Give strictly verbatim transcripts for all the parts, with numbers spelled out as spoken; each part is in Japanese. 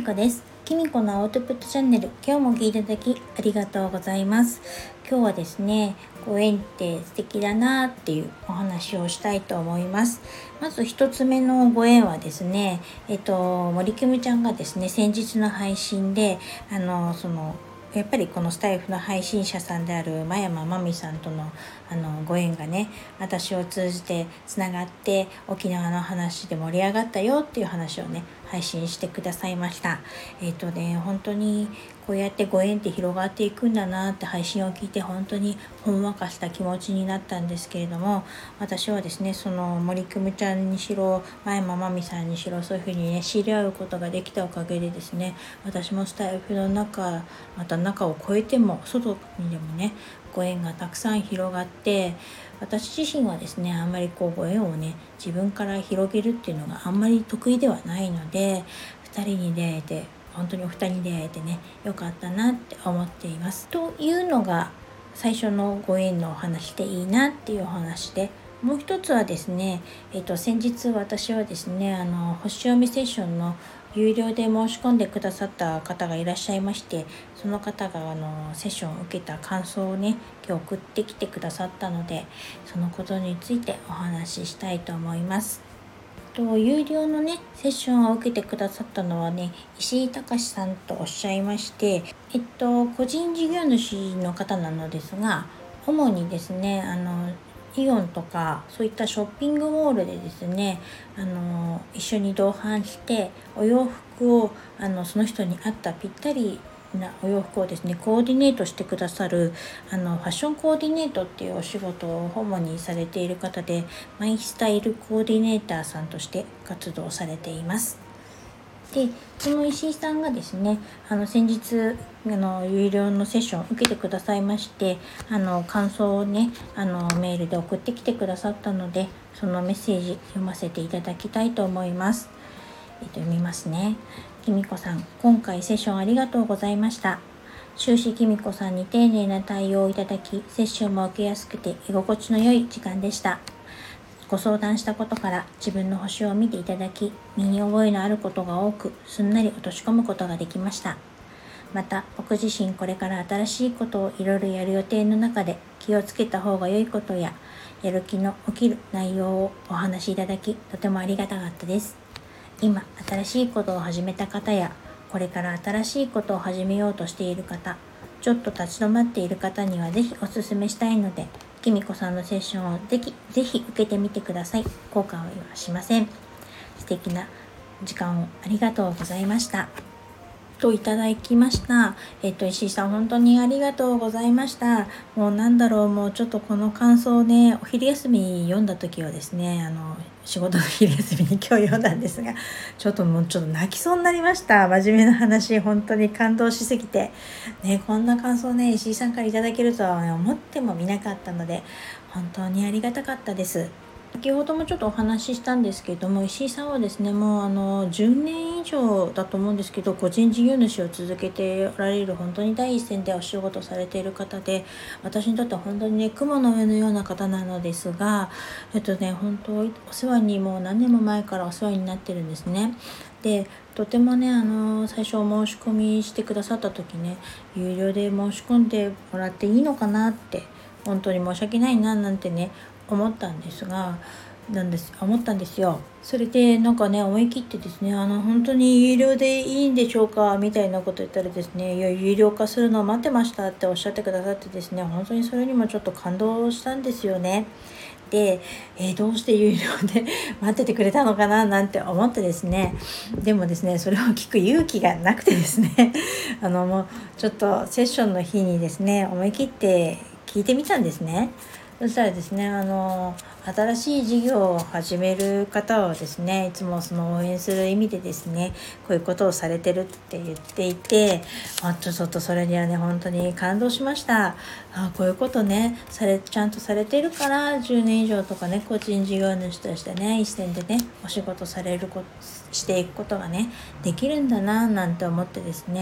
こです。きみこのアウトプットチャンネル、今日も聞いていただきありがとうございます。今日はですね、ご縁って素敵だなっていうお話をしたいと思います。まず一つ目のご縁はですね、えっと森キムちゃんがですね、先日の配信であのそのやっぱりこのスタイフの配信者さんである真山まみさんとのあのご縁がね、私を通じてつながって沖縄の話で盛り上がったよっていう話をね配信してくださいました。えっとね本当にこうやってご縁って広がっていくんだなって配信を聞いて本当にほんわかした気持ちになったんですけれども、私はですねその森久美ちゃんにしろ前山まみさんにしろそういうふうにね知り合うことができたおかげでですね、私もスタイフの中また中を越えても外にでもねご縁がたくさん広がって、私自身はですねあんまりこうご縁をね自分から広げるっていうのがあんまり得意ではないので、ふたりに出会えて本当にお二人に出会えてねよかったなって思っています。というのが最初のご縁のお話でいいなっていうお話で、もう一つはですね、えっと先日私はですねあの星読みセッションの有料で申し込んでくださった方がいらっしゃいまして、その方があのセッションを受けた感想をね今日送ってきてくださったので、そのことについてお話ししたいと思います。と有料のねセッションを受けてくださったのはね石井隆さんとおっしゃいまして、えっと個人事業主の方なのですが、主にですねあのイオンとかそういったショッピングモールでですねあの一緒に同伴してお洋服をあのその人に合ったぴったりなお洋服をですねコーディネートしてくださるあのファッションコーディネートっていうお仕事を主にされている方で、マイスタイルコーディネーターさんとして活動されています。でその石井さんがですねあの先日あの有料のセッションを受けてくださいまして、あの感想をねあのメールで送ってきてくださったので、そのメッセージ読ませていただきたいと思います。えっと、読みますね。きみこさん、今回セッションありがとうございました。終始きみこさんに丁寧な対応をいただき、セッションも受けやすくて居心地の良い時間でした。ご相談したことから自分の星を見ていただき、身に覚えのあることが多く、すんなり落とし込むことができました。また、僕自身これから新しいことをいろいろやる予定の中で気をつけた方が良いことや、やる気の起きる内容をお話しいただき、とてもありがたかったです。今、新しいことを始めた方や、これから新しいことを始めようとしている方、ちょっと立ち止まっている方にはぜひお勧めしたいので、きみこさんのセッションをぜひ、ぜひ受けてみてください。後悔はしません。素敵な時間をありがとうございました。といただきました。えっと石井さん本当にありがとうございました。もうなんだろうもうちょっとこの感想をねお昼休み読んだ時はですねあの仕事の昼休みに今日読んだんですが、ちょっともうちょっと泣きそうになりました。真面目な話本当に感動しすぎてね、こんな感想ね石井さんからいただけるとは、ね、思ってもみなかったので本当にありがたかったです。先ほどもちょっとお話ししたんですけれども、石井さんはですねもうあのじゅうねん以上だと思うんですけど、個人事業主を続けておられる本当に第一線でお仕事されている方で、私にとっては本当にね雲の上のような方なのですが、えっとね本当お世話にもう何年も前からお世話になってるんですね。でとてもねあの最初お申し込みしてくださった時ね、有料で申し込んでもらっていいのかなって本当に申し訳ないななんてね思ったんですがなんです思ったんですよ。それでなんかね思い切ってですねあの本当に有料でいいんでしょうかみたいなこと言ったらですね、いや有料化するのを待ってましたっておっしゃってくださってですね、本当にそれにもちょっと感動したんですよね。で、えー、どうして有料で待っててくれたのかななんて思ってですね、でもですねそれを聞く勇気がなくてですねあのもうちょっとセッションの日にですね思い切って聞いてみたんですね。そしたらですねあの新しい事業を始める方はですねいつもその応援する意味でですねこういうことをされてるって言っていて、あちょっとそれにはね本当に感動しました。あこういうことねされちゃんとされてるからじゅうねん以上とかね個人事業主としてね一線でねお仕事されるこしていくことがねできるんだななんて思ってですね、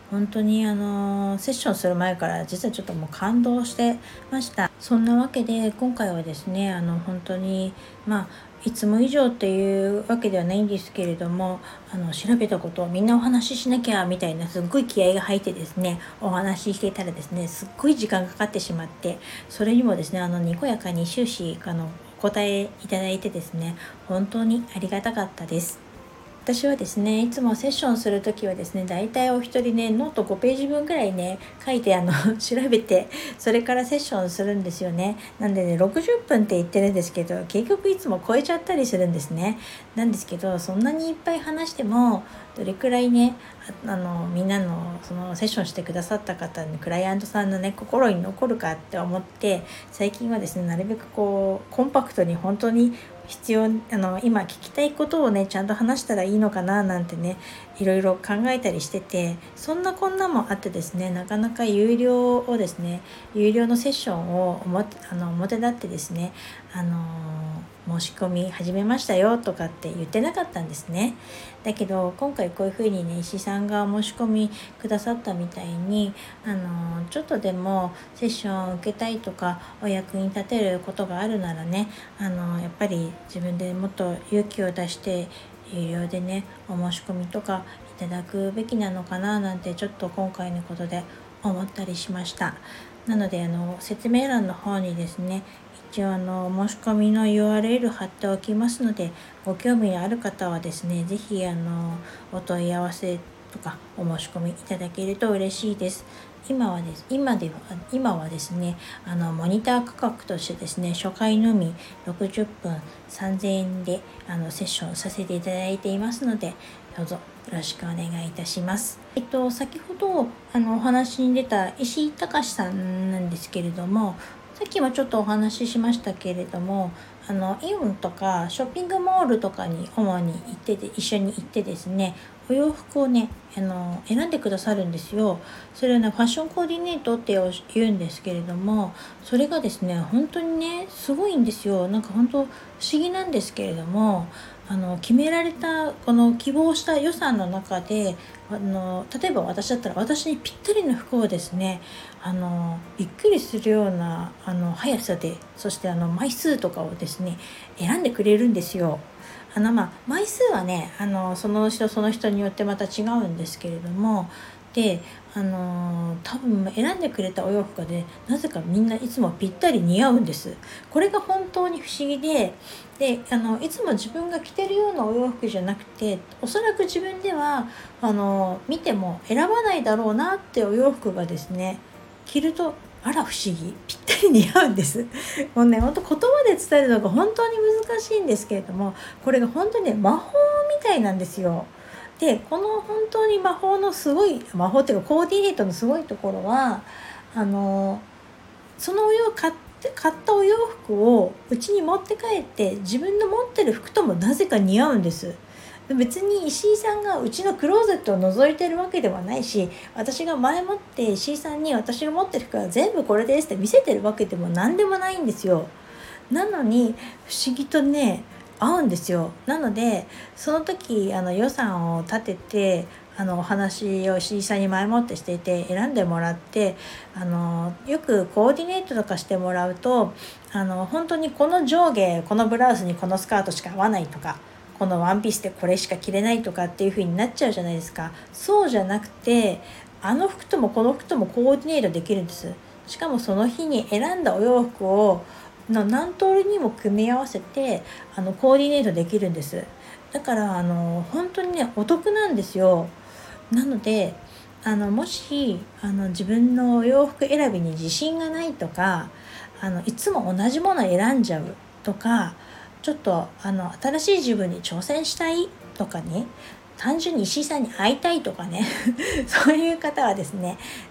本当にあのセッションする前から実はちょっともう感動してました。そんなわけで今回はですね、あの本当にまあいつも以上っていうわけではないんですけれども、あの調べたことをみんなお話ししなきゃみたいなすっごい気合が入ってですね、お話ししていたらですね、すっごい時間がかかってしまって、それにもですね、あのにこやかに終始あのお答えいただいてですね、本当にありがたかったです。私はですね、いつもセッションするときはですね、だいたいお一人ね、ノートごページ分くらいね、書いてあの調べて、それからセッションするんですよね。なんでね、ろくじゅっぷんって言ってるんですけど、結局いつも超えちゃったりするんですね。なんですけど、そんなにいっぱい話しても、どれくらいね、ああのみんなのそのセッションしてくださった方に、クライアントさんのね、心に残るかって思って、最近はですね、なるべくこう、コンパクトに本当に必要あの今聞きたいことをねちゃんと話したらいいのかななんてねいろいろ考えたりしてて、そんなこんなもあってですね、なかなか有料をですね有料のセッションを表あの表立ってですねあの申し込み始めましたよとかって言ってなかったんですね。だけど今回こういうふうにね石井さんが申し込みくださったみたいに、あのちょっとでもセッションを受けたいとかお役に立てることがあるならね、あのやっぱり自分でもっと勇気を出して有料でねお申し込みとかいただくべきなのかななんてちょっと今回のことで思ったりしました。なのであの説明欄の方にですね、一応あの申し込みの ユーアールエル 貼っておきますので、ご興味のある方はですね、ぜひあのお問い合わせとかお申し込みいただけると嬉しいです。今はです今では今はですね、あのモニター価格としてですね、初回のみろくじゅっぷんさんぜんえんであのセッションさせていただいていますので、どうぞよろしくお願いいたします。えっと先ほどあのお話に出た石井隆さんなんですけれども、さっきもちょっとお話ししましたけれども、あのイオンとかショッピングモールとかに主に行ってて一緒に行ってですね、お洋服をねあの選んでくださるんですよ。それをねファッションコーディネートって言うんですけれども、それがですね本当にねすごいんですよ。なんか本当不思議なんですけれども、あの決められたこの希望した予算の中で、あの例えば私だったら私にぴったりの服をですね、あのびっくりするようなあの速さで、そしてあの枚数とかをですね選んでくれるんですよ。あのまあ枚数はねあのその人その人によってまた違うんですけれども、であの多分選んでくれたお洋服でなぜかみんないつもぴったり似合うんです。これが本当に不思議で、であのいつも自分が着てるようなお洋服じゃなくて、おそらく自分ではあの見ても選ばないだろうなってお洋服がですね着ると、あら不思議ぴったり似合うんです。もうね本当言葉で伝えるのが本当に難しいんですけれども、これが本当にね魔法みたいなんですよ。でこの本当に魔法のすごい魔法っていうかコーディネートのすごいところは、あのそのお洋服買って買ったお洋服を家に持って帰って自分の持ってる服ともなぜか似合うんです。別に石井さんがうちのクローゼットを覗いてるわけではないし、私が前もって石井さんに私が持ってる服は全部これですって見せてるわけでも何でもないんですよ。なのに不思議とね合うんですよ。なのでその時あの予算を立ててあのお話を石井さんに前もってしていて選んでもらって、あのよくコーディネートとかしてもらうと、あの本当にこの上下このブラウスにこのスカートしか合わないとか、このワンピースでこれしか着れないとかっていう風になっちゃうじゃないですか。そうじゃなくて、あの服ともこの服ともコーディネートできるんです。しかもその日に選んだお洋服をの何通りにも組み合わせてあのコーディネートできるんです。だからあの本当にねお得なんですよ。なのであのもしあの自分のお洋服選びに自信がないとか、あのいつも同じものを選んじゃうとか、ちょっとあの新しい自分に挑戦したいとかね、単純に石井さんに会いたいとかねそういう方はですね、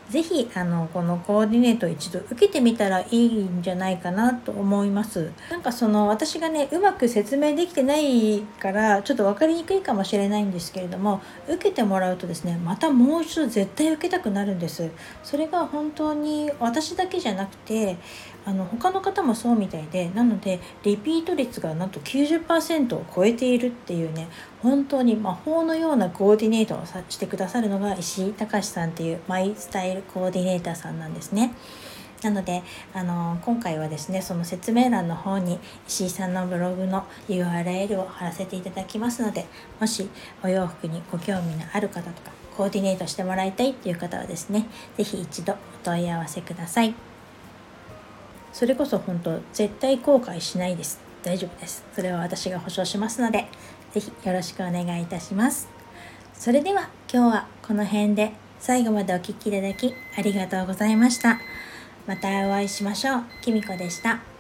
ぜひあのこのコーディネートを一度受けてみたらいいんじゃないかなと思います。なんかその私がねうまく説明できてないからちょっと分かりにくいかもしれないんですけれども、受けてもらうとですねまたもう一度絶対受けたくなるんです。それが本当に私だけじゃなくてあの他の方もそうみたいで、なのでリピート率がなんときゅうじゅっパーセントを超えているっていうね、本当に魔法のようなコーディネートをさしてくださるのが石井隆さんっていうマイスタイルコーディネーターさんなんですね。なのであの今回はですねその説明欄の方に石井さんのブログの ユーアールエル を貼らせていただきますので、もしお洋服にご興味のある方とかコーディネートしてもらいたいっていう方はですね、ぜひ一度お問い合わせください。それこそ本当絶対後悔しないです。大丈夫です。それは私が保証しますので、ぜひよろしくお願いいたします。それでは今日はこの辺で、最後までお聞きいただきありがとうございました。またお会いしましょう。きみこでした。